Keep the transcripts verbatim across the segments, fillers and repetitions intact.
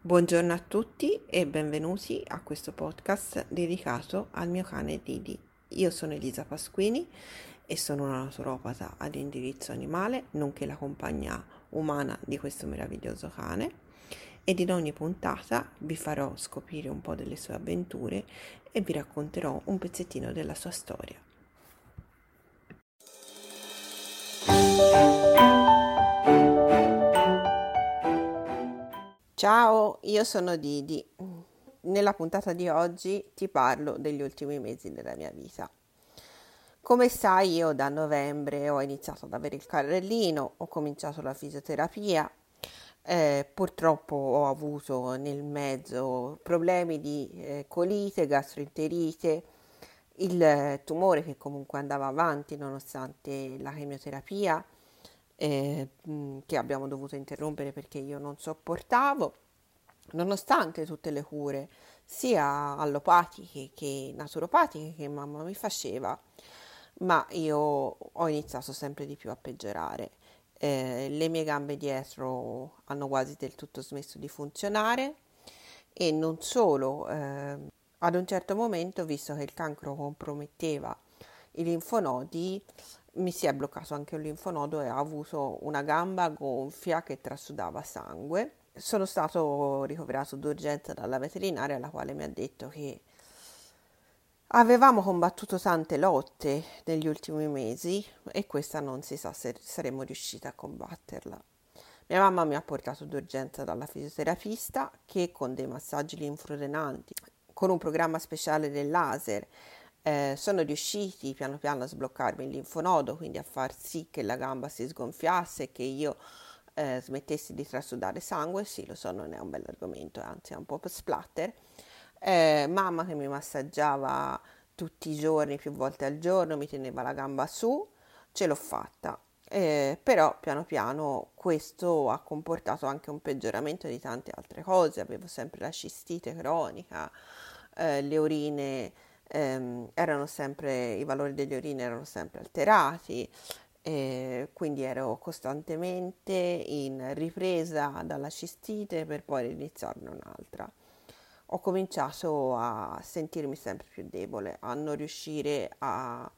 Buongiorno a tutti e benvenuti a questo podcast dedicato al mio cane Didi. Io sono Elisa Pasquini e sono una naturopata ad indirizzo animale, nonché la compagna umana di questo meraviglioso cane, ed in ogni puntata vi farò scoprire un po' delle sue avventure e vi racconterò un pezzettino della sua storia. Ciao, io sono Didi. Nella puntata di oggi ti parlo degli ultimi mesi della mia vita. Come sai, io da novembre ho iniziato ad avere il carrellino, ho cominciato la fisioterapia, eh, purtroppo ho avuto nel mezzo problemi di eh, colite, gastroenterite, il eh, tumore che comunque andava avanti nonostante la chemioterapia, eh, mh, che abbiamo dovuto interrompere perché io non sopportavo. Nonostante tutte le cure, sia allopatiche che naturopatiche che mamma mi faceva, ma io ho iniziato sempre di più a peggiorare. Eh, le mie gambe dietro hanno quasi del tutto smesso di funzionare e non solo, eh, ad un certo momento, visto che il cancro comprometteva i linfonodi, mi si è bloccato anche un linfonodo e ho avuto una gamba gonfia che trasudava sangue. Sono stato ricoverato d'urgenza dalla veterinaria, la quale mi ha detto che avevamo combattuto tante lotte negli ultimi mesi e questa non si sa se saremmo riusciti a combatterla. Mia mamma mi ha portato d'urgenza dalla fisioterapista che con dei massaggi linfodrenanti, con un programma speciale del laser, eh, sono riusciti piano piano a sbloccarmi il linfonodo, quindi a far sì che la gamba si sgonfiasse e che io eh, smettessi di trasudare sangue. Sì, lo so, non è un bell'argomento, anzi è un po' splatter. Eh, mamma che mi massaggiava tutti i giorni, più volte al giorno, mi teneva la gamba su, ce l'ho fatta. Eh, però piano piano questo ha comportato anche un peggioramento di tante altre cose. Avevo sempre la cistite cronica, eh, le urine ehm, erano sempre, i valori delle urine erano sempre alterati, e quindi ero costantemente in ripresa dalla cistite per poi iniziarne un'altra. Ho cominciato a sentirmi sempre più debole, a non riuscire a,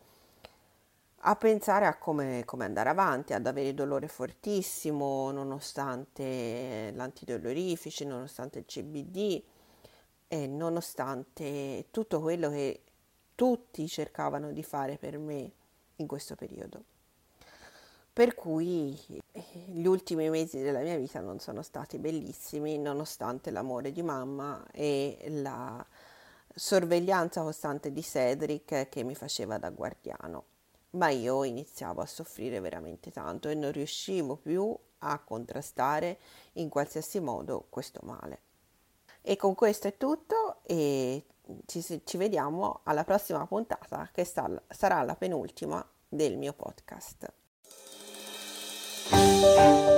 a pensare a come, come andare avanti, ad avere dolore fortissimo nonostante l'antidolorifici, nonostante il C B D e nonostante tutto quello che tutti cercavano di fare per me in questo periodo. Per cui eh, gli ultimi mesi della mia vita non sono stati bellissimi, nonostante l'amore di mamma e la sorveglianza costante di Cedric che mi faceva da guardiano. Ma io iniziavo a soffrire veramente tanto e non riuscivo più a contrastare in qualsiasi modo questo male. E con questo è tutto e ci, ci vediamo alla prossima puntata che sta, sarà la penultima del mio podcast.